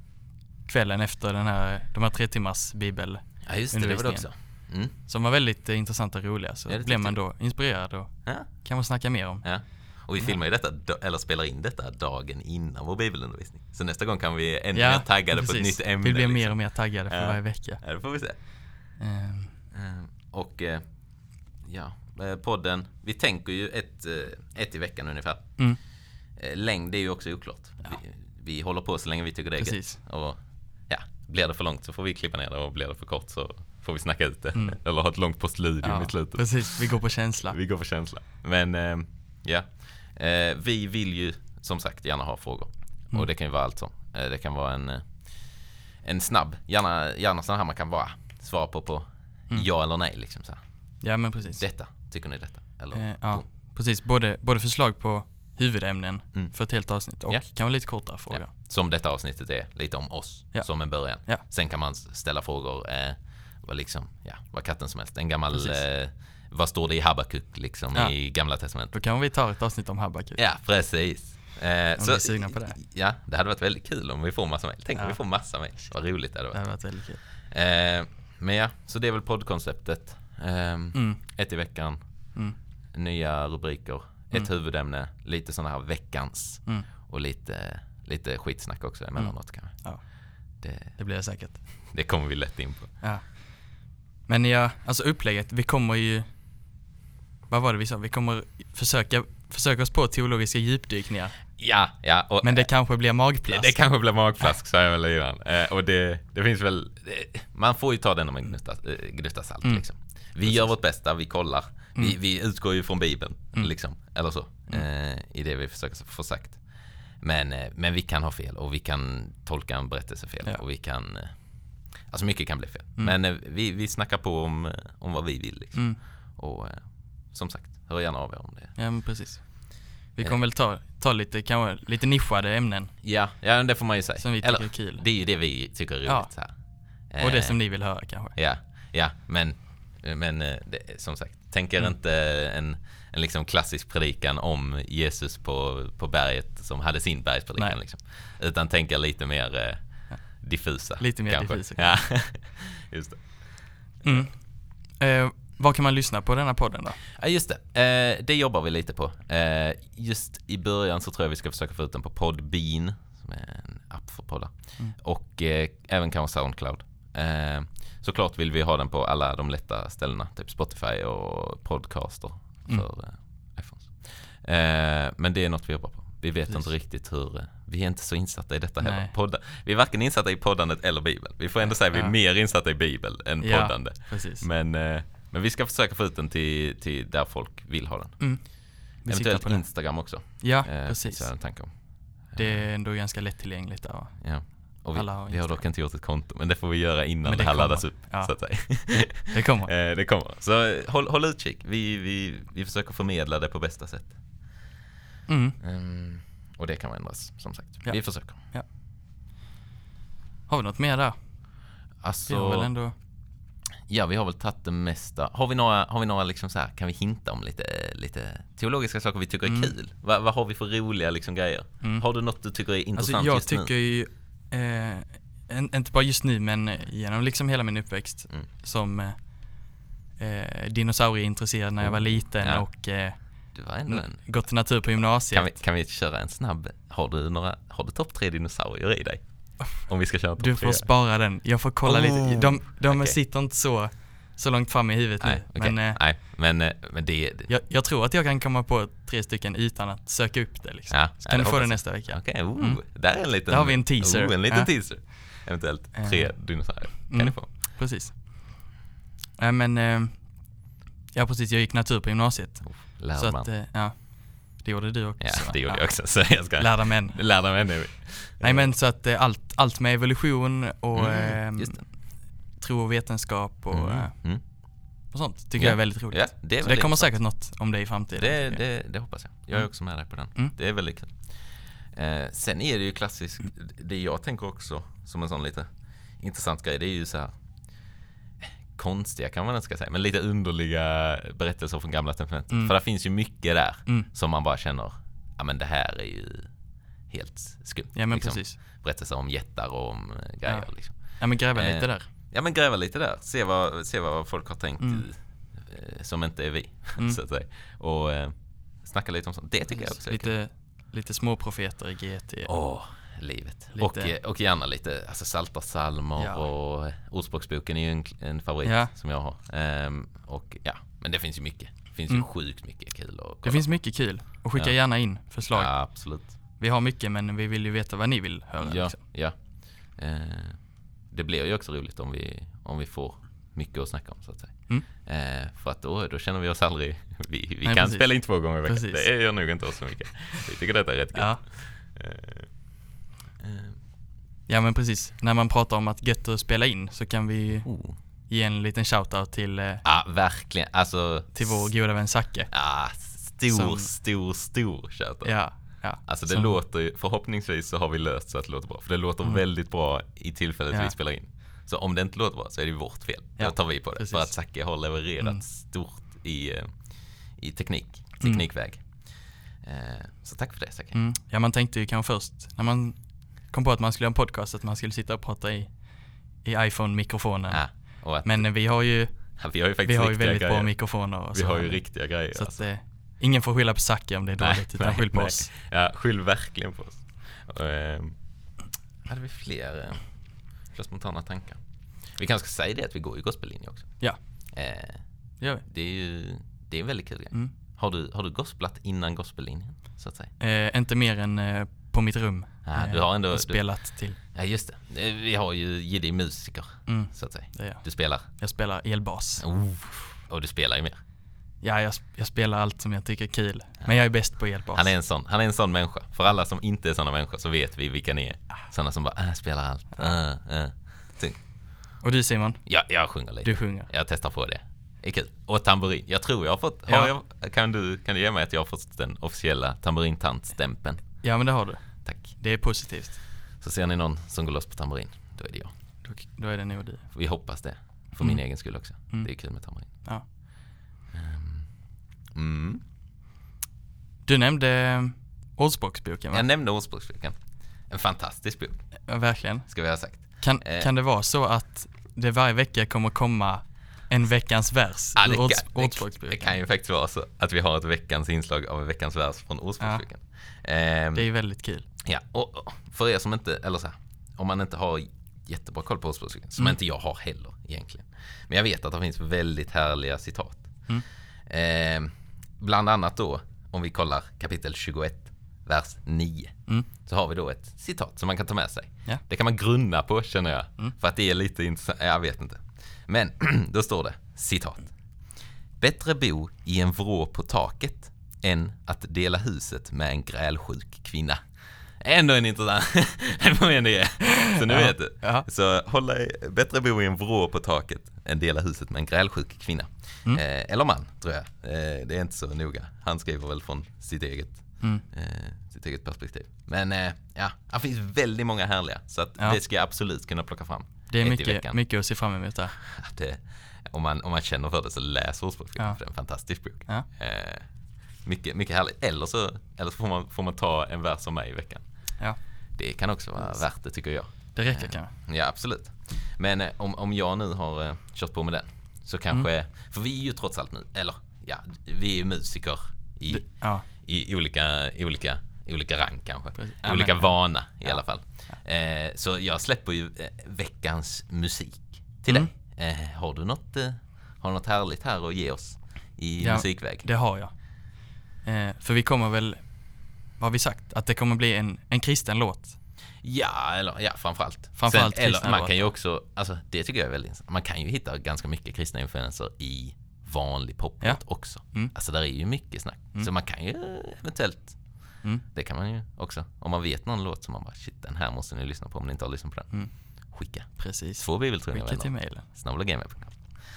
kvällen efter den här, de här tre timmars bibel. Ja, just det, det var det också. Mm. Som var väldigt eh, intressant och roliga. Så ja, blev man då inspirerad och ja. kan man snacka mer om. Ja. Och vi ja. filmar ju detta, eller spelar in detta dagen innan vår bibelundervisning. Så nästa gång kan vi ännu ja, mer taggade precis. på ett nytt ämne. Vi blir liksom. mer och mer taggade för ja. varje vecka. Ja, det får vi se. Um. Um, och uh, ja, podden, vi tänker ju ett, uh, ett i veckan ungefär. Mm. Uh, längd är ju också oklart. Ja. Vi, vi håller på så länge vi tycker det är precis. gött. Och ja, blir det för långt så får vi klippa ner det, och blir det för kort så får vi snacka ut det. Mm. Eller ha ett långt postludium ja, i slutet. Precis, vi går på känsla. Vi går på känsla. Men uh, ja, uh, vi vill ju som sagt gärna ha frågor. Mm. Och det kan ju vara allt som. Uh, det kan vara en, uh, en snabb, gärna, gärna sån här man kan bara svara på på mm. ja eller nej liksom så här. Ja, men precis. Detta, tycker ni detta? Eller, uh, ja, precis. Både, både förslag på huvudämnen mm. för ett helt avsnitt och ja. kan vara lite kortare frågor. Ja. Som detta avsnittet är lite om oss ja. som en början. Ja. Sen kan man ställa frågor eh, vad liksom, ja, vad katten som helst. En gammal, eh, vad står det i Habakuk liksom ja. i Gamla testamentet? Då kan vi ta ett avsnitt om Habakuk. Ja, precis. Eh, om så, vi är sugna på det. Ja, det hade varit väldigt kul om vi får massa mejl. Tänk ja. om vi får massa mejl. Vad roligt det hade varit. Det hade varit väldigt kul. Eh, men ja, så det är väl poddkonceptet. Eh, mm. Ett i veckan. Mm. Nya rubriker. Mm. Ett huvudämne, lite sådana här veckans mm. och lite, lite skitsnack också emellanåt mm. kanske. Ja. Det, det blir det säkert. Det kommer vi lätt in på. Ja. Men ja, alltså upplägget, vi kommer ju, vad var det vi sa? Vi kommer försöka, försöka oss på teologiska djupdykningar. Ja, ja. Och, men det kanske blir magplask. Det, det kanske blir magplask, sa jag väl innan. Eh, och det, det finns väl, det, man får ju ta den om en gnutta, gnutta salt mm. liksom. Vi Precis. gör vårt bästa, vi kollar. Mm. Vi, vi utgår ju från Bibeln, mm. liksom, eller så, mm. eh, i det vi försöker få sagt. Men, eh, men vi kan ha fel och vi kan tolka en berättelse fel ja. och vi kan, eh, alltså mycket kan bli fel. Mm. Men eh, vi, vi snackar på om, om vad vi vill liksom. Mm. Och eh, som sagt, hör gärna av er om det. Ja, men precis. Vi kommer väl ta, ta lite, kanske, lite nischade ämnen. Ja, ja, det får man ju säga. Som vi tycker Eller, är kul. Det är ju det vi tycker är roligt. Ja. Så här. Och det Eh, som ni vill höra kanske. Ja, ja men, men eh, det, som sagt, tänker Mm. inte en, en liksom klassisk predikan om Jesus på, på berget som hade sin bergspredikan. Nej. Liksom. Utan tänker lite mer eh, Ja. diffusa. Lite mer kanske. diffusa. Ja, just det. Mm. Eh, vad kan man lyssna på denna podden då? Ja, just det. Eh, det jobbar vi lite på. Eh, just i början så tror jag vi ska försöka få ut den på Podbean, som är en app för poddar. Mm. Och eh, även kanske Soundcloud. Eh, såklart vill vi ha den på alla de lätta ställena, typ Spotify och podcaster för Mm. eh, iPhones. Eh, men det är något vi jobbar på. Vi vet Precis. inte riktigt hur... eh, Vi är inte så insatta i detta heller. Nej. Podda, vi är varken insatta i poddandet eller Bibel. Vi får ändå säga att vi är Ja. mer insatta i Bibel än Ja. poddande. Precis. Men, eh, men vi ska försöka få ut den till, till där folk vill ha den. Mm. Vi siktar Eventuellt på det. Instagram också. Ja, eh, precis. Så är det en tanke om. Det är ändå ganska lättillgängligt där. va? Ja. Och vi, Alla har vi har Instagram. dock inte gjort ett konto, men det får vi göra innan Men det, det här kommer. laddas upp. Ja. Så att säga. Det kommer. eh, det kommer. Så eh, håll, håll utkik. Vi, vi, vi försöker förmedla det på bästa sätt. Mm. Mm, och det kan ändras, som sagt. Ja. Vi försöker. Har vi något mer där? Alltså, Vi har väl ändå... ja, vi har väl tagit det mesta. Har vi några, har vi några liksom så här, kan vi hinta om lite, lite teologiska saker vi tycker är Mm. kul? Va, vad har vi för roliga liksom grejer? Mm. Har du något du tycker är Alltså intressant jag just nu? tycker ju, eh, en, inte bara just nu men genom liksom hela min uppväxt Mm. som eh, eh, dinosaurieintresserad när jag var liten Ja. och eh, Du var ändå en... gått till natur på gymnasiet. Kan vi, kan vi köra en snabb? Har du några, har du topp tre dinosaurier i dig? Om vi ska köra topp Du tre. får spara den. Jag får kolla Oh, lite. De, de okej. sitter inte så, så långt fram i huvudet Nej, nu. okej. Men eh, Nej, men, eh, men det, det jag, jag tror att jag kan komma på tre stycken utan att söka upp det liksom. ja, Så ja, kan det du få hoppas det jag. nästa vecka. Okej, oh, Mm. där är en liten... Där har vi en teaser. Oh, en liten Ja. teaser. Eventuellt tre Eh. dinosaurier. Kan Mm. ni få. Precis. Nej men, eh, ja precis, jag gick natur på gymnasiet. Lärd Så man. att, eh, ja, det gjorde du också. Ja, va? det gjorde Ja. jag också. Så jag ska... Lärda män. Lärda män är vi. Nej men så att eh, allt, allt med evolution och Mm, eh, just det. tro och vetenskap och, Mm, eh, mm. och sånt tycker Ja. jag är väldigt roligt. Ja, det är så det väldigt kommer intressant. säkert något om det i framtiden. Det, tycker jag. det, det hoppas jag. Jag är Mm. också med dig på den. Mm. Det är väldigt kul. Eh, sen är det ju klassiskt, det jag tänker också som en sån lite intressant grej, det är ju så här konstiga kan man inte ska säga, men lite underliga berättelser från gamla testamentet. Mm. För det finns ju mycket där Mm. som man bara känner, ja men det här är ju helt skumt. Ja men liksom. precis. Berättelser om jättar och om eh, grejer. Ja. Liksom. Ja men gräva Eh, lite där. Ja men gräva lite där, se vad, se vad folk har tänkt Mm. eh, som inte är vi, Mm. så att säga. Och eh, snacka lite om sånt. Det tycker jag också är kul. Lite, lite småprofeter i G T. Åh, livet. Lite- Och, eh, och gärna lite alltså saltarsalmer Ja. och Ordspråksboken är ju en, en favorit Ja. som jag har. Ehm, och ja, men det finns ju mycket. Det finns Mm. ju sjukt mycket kul att kolla Det finns på. mycket kul. Och skicka Ja. gärna in förslag. Ja, absolut. Vi har mycket men vi vill ju veta vad ni vill höra. Ja, Liksom. ja. Eh, det blir ju också roligt om vi, om vi får mycket att snacka om så att säga. Mm. Eh, för att då, då känner vi oss aldrig, vi, vi Nej, kan precis. spela in två gånger i veckan. Precis. Det gör nog inte oss så mycket. Vi tycker detta är rätt kul. Ja. Eh, eh, ja men precis. När man pratar om att gött att spela in så kan vi oh. ge en liten shoutout till, eh, Ja, verkligen. Alltså, till vår goda vän Zacke. Ja, stor, Som- stor, stor shoutout. Ja, ja. Alltså det Som- låter ju, förhoppningsvis så har vi löst så att det låter bra. För det låter Mm. väldigt bra i tillfället Ja. vi spelar in. Så om det inte låter bra så är det ju vårt fel. Ja, Då tar vi på det. precis. För att Zacke har levererat Mm. stort i, eh, i teknik, teknikväg. Eh, så tack för det Zacke. Mm. Ja, man tänkte ju kanske först när man kom på att man skulle göra en podcast att man skulle sitta och prata i, i iPhone-mikrofonen. Ja, och att, Men eh, vi har ju, ja, vi har ju faktiskt vi har ju riktiga väldigt grejer. bra mikrofoner. Och Vi så har ju här. riktiga grejer. Så alltså. att eh, ingen får skylla på Zacke om det är Nej, dåligt, utan nej, skyll på nej. oss. Ja, skyll verkligen på oss. Och, eh, hade vi fler, eh, fler spontana tankar? Vi kanske ska säga det att vi går i gospellinje också. Ja, Eh, gör vi. det är ju det är en väldigt kul grej. Mm. Har du, har du gospelat innan gospellinjen, så att säga? Eh, inte mer än eh, på mitt rum. Ja, eh, du har ändå- och du- spelat till. Ja, just det. Eh, Vi har ju giddig musiker, Mm, så att säga. det är jag. Du spelar. Jag spelar elbas. Oh, och du spelar ju mer. Ja, jag, jag spelar allt som jag tycker är kul. Men jag är bäst på elbas. Han är en sån, han är en sån människa. För alla som inte är såna människor så vet vi vilka ni är. Såna som bara, äh, spelar allt. Äh, äh. Så, Och du Simon, ja, jag sjunger lite. du sjunger. Jag testar på det. är kul. Och tamburin. Jag tror jag har fått... Ja. Har jag, kan, du, kan du ge mig att jag har fått den officiella tamburintant-stämpeln? Ja, men det har du. Tack. Det är positivt. Så ser ni någon som går loss på tamburin, då är det jag. Då, då är det nog du. Vi hoppas det. För Mm. min egen skull också. Mm. Det är kul med tamburin. Ja. Um, mm. Du nämnde Ordspråksboken, va? Jag nämnde Ordspråksboken. En fantastisk bok, Ja, verkligen. ska vi ha sagt. Kan, Eh. kan det vara så att det varje vecka kommer komma en veckans vers Ja, ur det, ords, kan, det, Ordspråksboken? det kan ju faktiskt vara så att vi har ett veckans inslag av en veckans vers från Ordspråksboken. Ehm, Det är väldigt kul. Ja, och och för er som inte, eller så här, om man inte har jättebra koll på Ordspråksboken, som Mm. inte jag har heller egentligen. Men jag vet att det finns väldigt härliga citat. Mm. Ehm, bland annat då, om vi kollar kapitel tjugoett, vers nio, Mm. så har vi då ett citat som man kan ta med sig. Ja. Det kan man grunna på, känner jag. Mm. För att det är lite intressant, jag vet inte. Men då står det, citat. Bättre bo i en vrå på taket än att dela huset med en grälsjuk kvinna. Ändå en intressant. Det får vi ändå ge. Så nu Ja. vet du. Ja. Så hålla, bättre bo i en vrå på taket än dela huset med en grälsjuk kvinna. Mm. Eh, eller man, tror jag. Eh, det är inte så noga. Han skriver väl från sitt eget, Mm. eh, sitt eget perspektiv. Men eh, ja, det finns väldigt många härliga. Så att Ja. det ska jag absolut kunna plocka fram. Det är ett i mycket, veckan. mycket att se fram emot där. Det, om, man, om man känner för det så läs Ordspråksboken, Ja. för det är en fantastisk bok. Ja. Eh, mycket, mycket härligt. Eller så, eller så får, man, får man ta en vers av mig i veckan. Ja, Det kan också vara värt det, tycker jag. det räcker kanske. Ja, absolut. Men eh, om, om jag nu har eh, kört på med den, så kanske... Mm. För vi är ju trots allt nu, eller ja, vi är ju musiker i, Det, ja, i olika, i olika, i olika rang kanske. Precis. I Ja, olika men- vana i Ja. alla fall. Eh, så jag släpper ju eh, veckans musik till Mm. dig. Eh, har du något, eh, har du något härligt här att ge oss i Ja, musikväg? det har jag. Eh, för vi kommer väl, vad har vi sagt? Att det kommer bli en, en kristen låt. Ja, eller ja, framförallt. Framförallt Sen, eller kristna man låtar. kan ju också, alltså det tycker jag är väldigt intressant. Man kan ju hitta ganska mycket kristna influenser i vanlig poplåt Ja. också. Mm. Alltså där är ju mycket snack. Mm. Så man kan ju eventuellt, Mm. det kan man ju också. Om man vet någon låt som man bara, shit, den här måste ni lyssna på om ni inte har lyssnat på den. Mm. Skicka. Precis. Två bibeltrogna Skicka till vänner. mejlen. snabel-a gmail punkt com.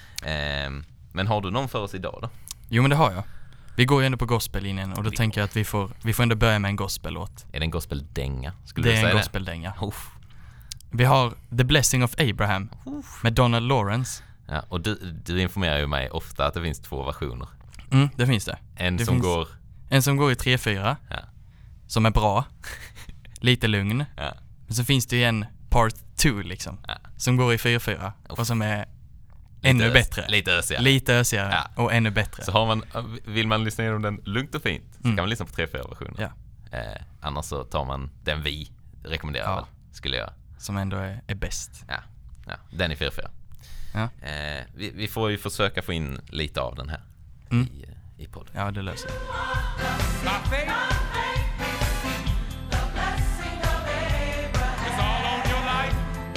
Ehm, Men har du någon för oss idag då? Jo, men det har jag. Vi går ju ändå på gospellinjen och då Vi tänker jag att vi får, vi får ändå börja med en gospellåt. Är det en gospeldänga? Skulle Det du är säga en det? gospeldänga. Uff. Vi har The Blessing of Abraham med Donald Lawrence. Ja, och du, du informerar ju mig ofta att det finns två versioner. Mm, det finns det. En Det som finns- går... En som går i tre fyra, Ja, som är bra. Lite lugn. ja, Men så finns det ju en part two liksom. ja. Som går i fyra fyra Uff. och som är Lite ännu ös- bättre. Lite ösigare. Lite ösigare Ja. och ännu bättre. Så har man, vill man lyssna igenom den lugnt och fint så Mm. kan man lyssna på tre fyra versioner. Ja. Eh, annars så tar man den vi rekommenderar Ja. väl, skulle jag. Som ändå är, är bäst. Ja, ja, den är fyra fyra. Ja. Eh, vi, vi får ju försöka få in lite av den här Mm. i, eh, i podden. Ja, det löser det. My faith is all on your life.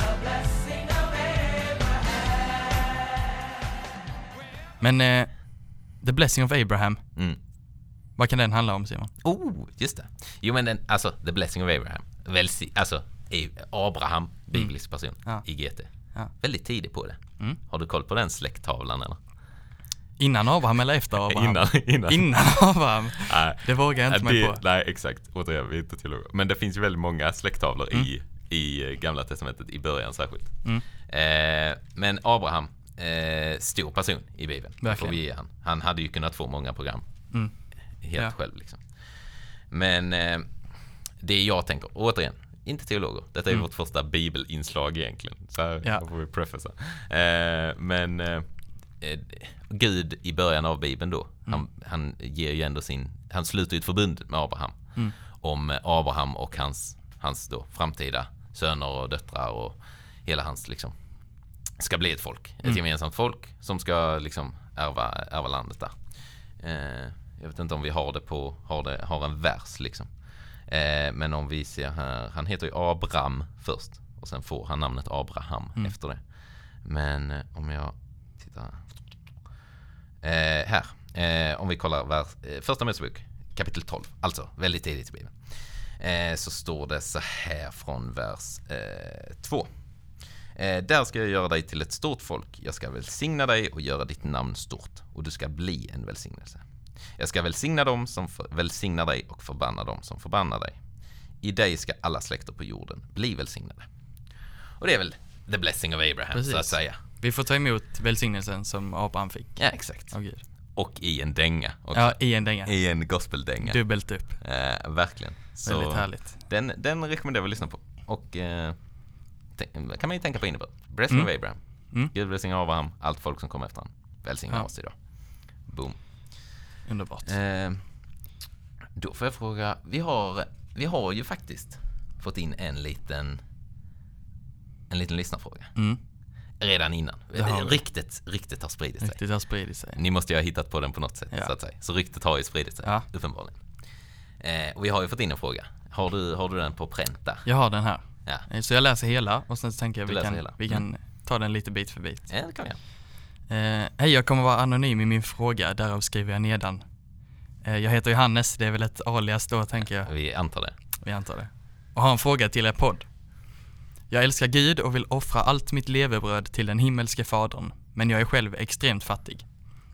Men eh, The Blessing of Abraham, Mm. vad kan den handla om, Simon? Oh, just det. Jo, men den, alltså, The Blessing of Abraham. Välsi, alltså, är Abraham, biblisk person, Ja. i G T. Ja. Väldigt tidig på det. Mm. Har du koll på den släkttavlan eller? Innan Abraham eller efter Abraham? Innan, innan. Innan Abraham. Nej. Det vågar jag inte Ja, mig det, på. Nej, exakt. Återigen, vi är inte teologer. Men det finns ju väldigt många släkttavlor Mm. i, i Gamla testamentet, i början särskilt. Mm. Eh, men Abraham, eh, stor person i Bibeln. Det får Verkligen. vi ge han. Han hade ju kunnat få många program Mm. helt Ja. själv liksom. Men eh, det jag tänker, återigen, inte teologer. Detta är Mm. vårt första bibelinslag egentligen. Så här Ja. får vi prefacea. Eh, men eh, eh, Gud i början av Bibeln då, Mm. han, han ger ju ändå sin, han slutar ju ett förbund med Abraham. Mm. Om eh, Abraham och hans, hans då framtida söner och döttrar och hela hans liksom ska bli ett folk. Ett Mm. gemensamt folk som ska liksom ärva, ärva landet där. Eh, jag vet inte om vi har det på, har, det, har en vers liksom. Eh, men om vi ser här, han heter ju Abram först och sen får han namnet Abraham Mm. efter det. Men eh, om jag tittar eh, här, eh, om vi kollar vers, eh, första Mosebok kapitel tolv, alltså väldigt tidigt i Bibeln, eh, så står det så här från vers eh, två. Eh, där ska jag göra dig till ett stort folk. Jag ska välsigna dig och göra ditt namn stort. Och du ska bli en välsignelse. Jag ska välsigna dem som för, välsignar dig och förbanna dem som förbannar dig. I dig ska alla släkter på jorden bli välsignade. Och det är väl the blessing of Abraham, Precis. Så att säga. Vi får ta emot välsignelsen som Abraham fick. Ja, exakt. Oh, Gud. Och i en dänga också. Ja, i en dänga. I en gospeldänga. Dubbelt upp. Eh, verkligen. Så väldigt härligt. Den, den rekommenderar vi att lyssna på. Och eh, t- kan man ju tänka på innebörd. Blessing mm. of Abraham. Mm. Gud välsigna Abraham. Allt folk som kommer efter honom. Välsigna ja. oss idag. Boom. Underbart. Eh, då får jag fråga. Vi har, vi har ju faktiskt fått in en liten en liten lyssnarfråga. Mm. Redan innan. Ryktet, ryktet har spridit sig. Ryktet har spridit sig. Ni måste ju ha hittat på den på något sätt. Ja. Så att säga. Så ryktet har ju spridit sig, ja. uppenbarligen. Eh, och vi har ju fått in en fråga. Har du, har du den på pränt där? Jag har den här. Ja. Så jag läser hela och sen så tänker jag vi kan, hela. vi kan mm. ta den lite bit för bit. Ja, det kan vi göra. Eh, Hej, jag kommer vara anonym i min fråga. Därav skriver jag nedan. Eh, jag heter Johannes. Det är väl ett alias då, tänker jag. Vi antar det. Vi antar det. Och har en fråga till er podd. Jag älskar Gud och vill offra allt mitt levebröd till den himmelske fadern, men jag är själv extremt fattig.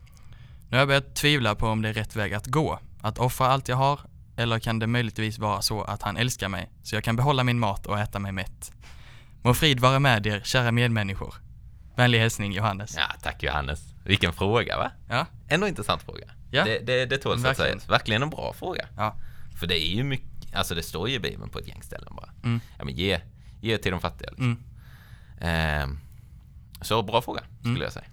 Nu har jag börjat tvivla på om det är rätt väg att gå, att offra allt jag har, eller kan det möjligtvis vara så att han älskar mig, så jag kan behålla min mat och äta mig mätt. Må frid vara med er, kära medmänniskor. Vänlig hälsning, Johannes. Ja, tack Johannes. Vilken fråga, va? Ja. Ändå intressant fråga. Ja. Det, det, det tåls att säga. Verkligen en bra fråga. Ja. För det är ju mycket, alltså det står ju i Bibeln på ett gäng ställen bara. Mm. Ja, men ge Ge till de fattiga liksom. mm. eh, Så bra fråga skulle mm. jag säga.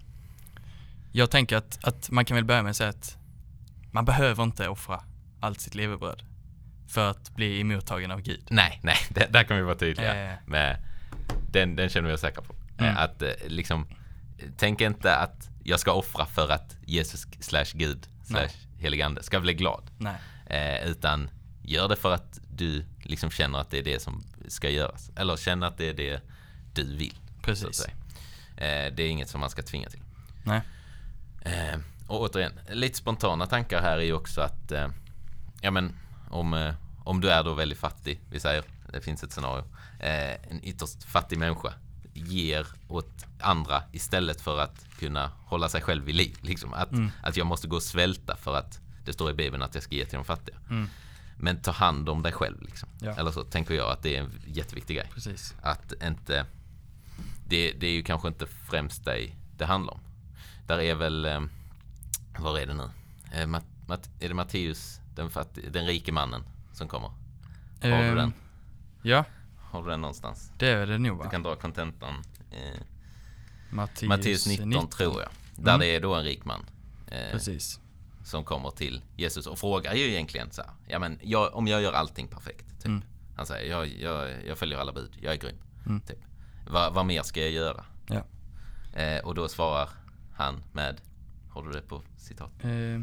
Jag tänker att, att man kan väl börja med att säga att man behöver inte offra allt sitt levebröd för att bli emottagen av Gud. Nej, nej, det, där kan vi vara tydliga äh. med, den, den känner vi oss säkra på. mm. Att liksom, tänk inte att jag ska offra för att Jesus slash Gud slash heligande ska bli glad. Nej. Eh, utan gör det för att du liksom känner att det är det som ska göras. Eller känner att det är det du vill. Precis. Så att säga. Eh, det är inget som man ska tvinga till. Nej. Eh, och återigen, lite spontana tankar här är ju också att eh, ja men om, eh, om du är då väldigt fattig, vi säger, det finns ett scenario, eh, en ytterst fattig människa ger åt andra istället för att kunna hålla sig själv vid liv. Liksom. Att, mm. att jag måste gå och svälta för att det står i Bibeln att jag ska ge till de fattiga. Mm. Men ta hand om dig själv liksom. Ja. Eller så tänker jag att det är en jätteviktig grej. Precis. Att inte det, det är ju kanske inte främst dig det handlar om. Där är väl eh, vad är det nu? Eh, Mat, Mat, är det Matteus, den, fattig, den rike mannen som kommer? Har um, du den? Ja. Har du den någonstans? Det är det nog, va? Du kan dra kontentan. Eh, Matteus, Matteus nitton, nitton tror jag. Där mm. det är då en rik man. Eh, Precis. Som kommer till Jesus och frågar ju egentligen så här, ja men jag, om jag gör allting perfekt typ. Mm. Han säger, jag, jag, jag följer alla bud, jag är grym mm. typ. Va, vad mer ska jag göra? Ja. Eh, och då svarar han med, har du det på citat? Eh,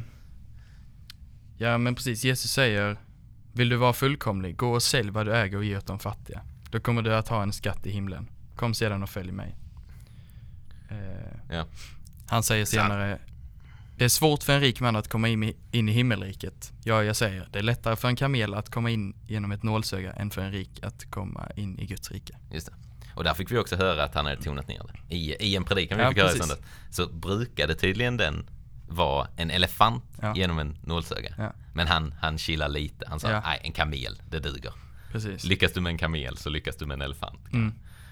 ja men precis, Jesus säger, vill du vara fullkomlig, gå och sälj vad du äger och ge åt de fattiga. Då kommer du att ha en skatt i himlen. Kom sedan och följ mig. Eh, ja. Han säger senare, det är svårt för en rik man att komma in i, in i himmelriket. Ja, jag säger, det är lättare för en kamel att komma in genom ett nålsöga än för en rik att komma in i Guds rike. Just det. Och där fick vi också höra att han hade tonat ner det. I, i en predikan vi ja, fick höra i söndag, så brukade tydligen den vara en elefant ja. genom en nålsöga. Ja. Men han, han chillar lite. Han sa, ja. nej, en kamel, det duger. Precis. Lyckas du med en kamel så lyckas du med en elefant. Mm.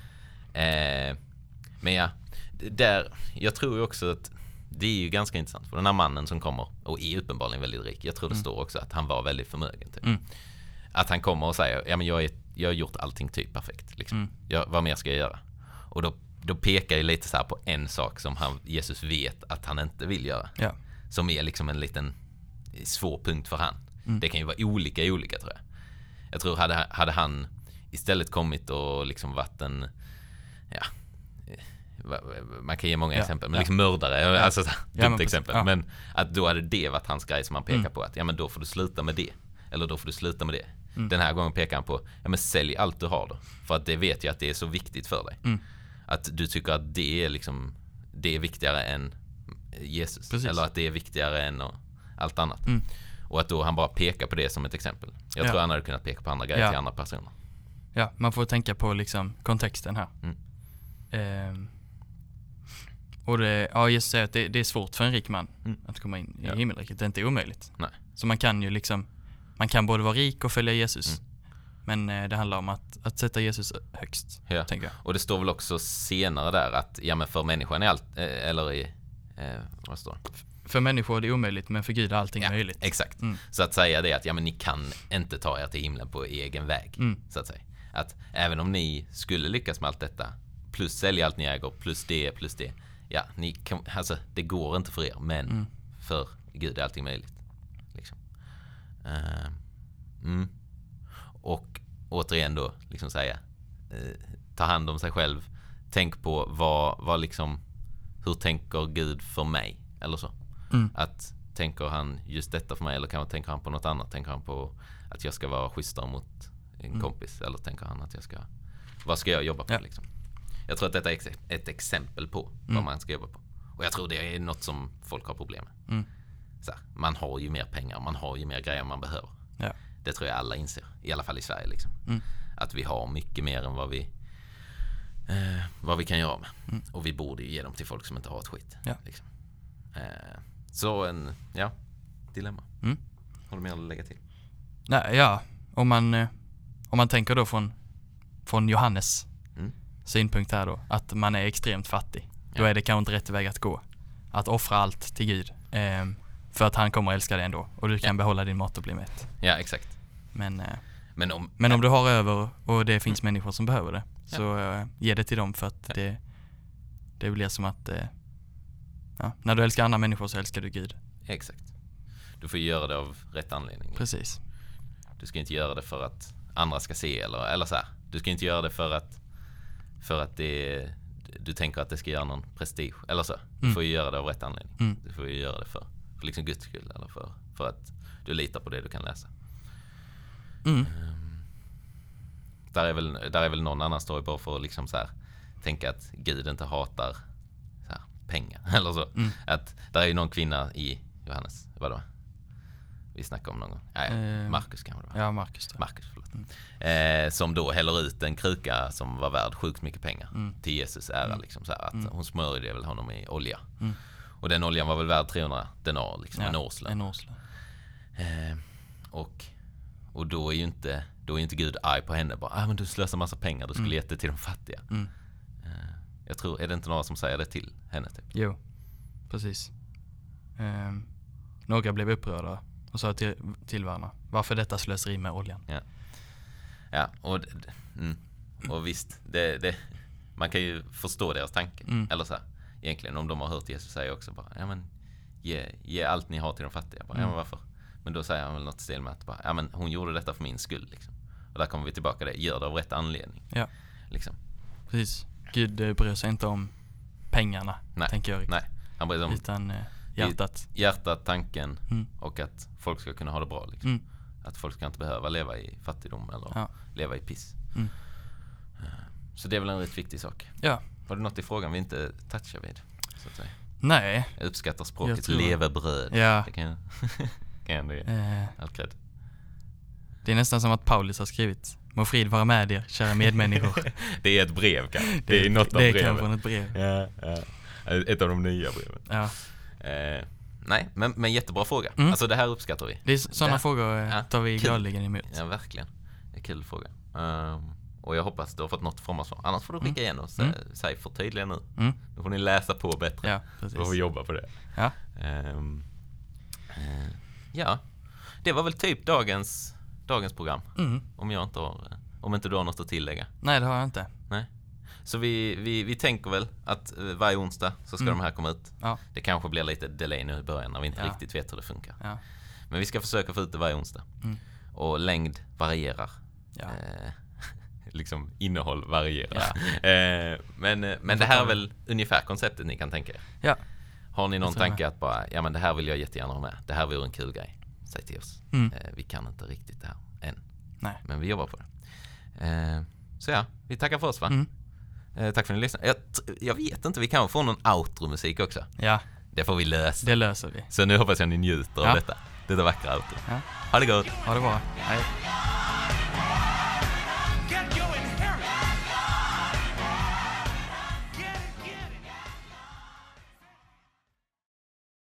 Eh, men ja, där, jag tror ju också att det är ju ganska intressant. För den här mannen som kommer och är uppenbarligen väldigt rik. Jag tror det mm. står också att han var väldigt förmögen. Typ. Mm. Att han kommer och säger, ja men jag, är, jag har gjort allting typ perfekt. Liksom. Mm. Jag, vad mer ska jag göra? Och då, då pekar jag lite så här på en sak som han, Jesus vet att han inte vill göra. Ja. Som är liksom en liten svår punkt för han. Mm. Det kan ju vara olika i olika, tror jag. Jag tror hade, hade han istället kommit och liksom varit en, ja, man kan ge många ja, exempel, men ja. liksom mördare, ja. alltså dumt ja, exempel, ja. men att då hade det varit hans grej som han pekar mm. på att, ja men då får du sluta med det, eller då får du sluta med det. Mm. Den här gången pekar han på, ja men sälj allt du har då, för att det vet jag att det är så viktigt för dig. Mm. Att du tycker att det är liksom, det är viktigare än Jesus. Precis. Eller att det är viktigare än allt annat. Mm. Och att då han bara pekar på det som ett exempel. Jag ja. tror han hade kunnat peka på andra grejer ja. till andra personer. Ja, man får tänka på liksom kontexten här. Mm. Ehm, och det, ja, Jesus säger att det, det är svårt för en rik man Mm. att komma in i Ja. himmelriket. Det är inte omöjligt. Nej. Så man kan ju liksom, man kan både vara rik och följa Jesus. Mm. Men eh, det handlar om att, att sätta Jesus högst, Ja. tänker jag. Och det står väl också senare där att ja, men för människan är allt, eh, eller i, eh, vad står det? För människor är det omöjligt, men för Gud är allting Ja, möjligt. exakt. Mm. Så att säga det att ja, men ni kan inte ta er till himlen på egen väg, Mm. så att säga. Att även om ni skulle lyckas med allt detta, plus sälja allt ni äger, plus det, plus det. Ja, ni kan, alltså, det går inte för er, men Mm. för Gud är allting möjligt. Liksom. Uh, mm. Och återigen då, liksom säga, uh, ta hand om sig själv. Tänk på vad, vad liksom, hur tänker Gud för mig? Eller så. Mm. Att tänker han just detta för mig, eller kanske tänker han på något annat? Tänker han på att jag ska vara schysstare mot en Mm. kompis? Eller tänker han att jag ska, vad ska jag jobba på? Ja. Liksom? Jag tror att detta är ex- ett exempel på vad Mm. man ska jobba på. Och jag tror det är något som folk har problem med. Mm. Så här, man har ju mer pengar, man har ju mer grejer man behöver. Ja. Det tror jag alla inser, i alla fall i Sverige. Liksom. Mm. Att vi har mycket mer än vad vi, eh, vad vi kan göra med. Mm. Och vi borde ju ge dem till folk som inte har ett skit. Ja. Liksom. Eh, så en, ja, dilemma. Mm. Har du mer att lägga till? Nej, ja, om man, eh, om man tänker då från, från Johannes Mm. synpunkt här då, att man är extremt fattig. Då Ja. är det kanske inte rätt väg att gå. Att offra allt till Gud. Eh, för att han kommer att älska dig ändå. Och du kan Ja. behålla din mat och bli mätt. Ja, exakt. Men, eh, Men om, men om du har över och det finns människor som behöver det, Ja. så eh, ge det till dem, för att Ja. det, det blir som att eh, ja, när du älskar andra människor så älskar du Gud. Exakt. Du får göra det av rätt anledning. Precis. Du ska inte göra det för att andra ska se eller, eller så här. Du ska inte göra det för att för att det, du tänker att det ska göra någon prestige eller så. Du Mm. får ju göra det av rätt anledning. Mm. Du får ju göra det för, för liksom Guds skull eller för, för att du litar på det du kan läsa. Mm. Där är väl, där är väl någon annan story bara för att liksom så här, tänka att Gud inte hatar så här, pengar eller så. Mm. Att där är ju någon kvinna i Johannes, vadå? Vi snackar om någon gång. Ja, ja. Eh, Markus kanske det var. Ja, Markus då. Markus, förlåt. Eh, som då häller ut en kruka som var värd sjukt mycket pengar Mm. till Jesus ära. Mm. Liksom, så här, att Mm. hon smörjde väl honom i olja. Mm. Och den oljan var väl värd trehundra denar, liksom, Ja, en årslön. En årslön. Eh, och, och då är ju inte, då är ju inte Gud arg på henne. Bara, ah, men du slösar massa pengar, du skulle Mm. gett det till de fattiga. Mm. Eh, jag tror, är det inte några som säger det till henne? Typ? Jo, precis. Ehm, några blev upprörda och sa till, till varandra: varför detta slöseri med oljan? Ja, och, d- d- mm, och visst, det, det, man kan ju förstå deras tanke. Mm. Eller så här, egentligen om de har hört Jesus säga också bara, ja men ge, ge allt ni har till de fattiga. Bara, ja, Mm. men varför? Men då säger han väl något stil med att bara, ja men hon gjorde detta för min skull. Liksom. Och där kommer vi tillbaka det, gör det av rätt anledning. Ja. Liksom. Precis. Gud eh, bryr sig inte om pengarna, Nej. tänker jag riktigt. Nej, han bryr sig om Utan eh, hjärtat. hjärtat, tanken Mm. och att folk ska kunna ha det bra. Liksom. Mm. Att folk ska inte behöva leva i fattigdom eller Ja. leva i piss. Mm. Så det är väl en rätt viktig sak. Ja. Var det något i frågan vi inte touchar vid? Så att säga. Nej. Jag uppskattar Jag språket tror- levebröd. Ja. Det kan jag, kan jag ändå ge Eh, allt cred. det är nästan som att Paulus har skrivit: må frid vara med er, kära medmänniskor. Det är ett brev kanske. Det är något av det är breven. kanske från ett brev. Ja, ja. Ett av de nya breven. Ja. Eh, nej, men, men jättebra fråga. Mm. Alltså det här uppskattar vi. Det är sådana Det- frågor eh, Ja, tar vi kul. gladeligen emot. Ja, verkligen. Det är en kul fråga. Um, och jag hoppas du har fått något form av svar. Annars får du skicka Mm. igen och Mm. sä- säg förtydliga nu. Mm. Då får ni läsa på bättre. Ja, Då får vi precis. jobba på det. Ja. Ehm, eh, ja, det var väl typ dagens, dagens program. Mm. Om jag inte har, om inte du har något att tillägga. Nej, det har jag inte. Nej. Så vi, vi, vi tänker väl att eh, varje onsdag så ska Mm. de här komma ut. Ja. Det kanske blir lite delay nu i början när vi inte Ja. riktigt vet hur det funkar. Ja. Men vi ska försöka få ut det varje onsdag. Mm. Och längd varierar. Ja. Eh, liksom innehåll varierar. Ja. eh, men men får det här ta är det. väl ungefär konceptet ni kan tänka er. Ja. Har ni någon Jag tror tanke att bara, ja men det här vill jag jättegärna ha med. Det här vore en kul grej. Säg till oss. Mm. Eh, vi kan inte riktigt det här än. Nej. Men vi jobbar på det. Eh, så ja, vi tackar för oss va? Mm. Eh, tack för att ni lyssnade. Jag, t- jag vet inte, vi kan få någon outro-musik också. Ja, Det får vi lösa. det löser vi. Så nu hoppas jag ni njuter Ja. av detta. Detta vackra outro. Ja. Ha det gott! Ha det bra. Hej.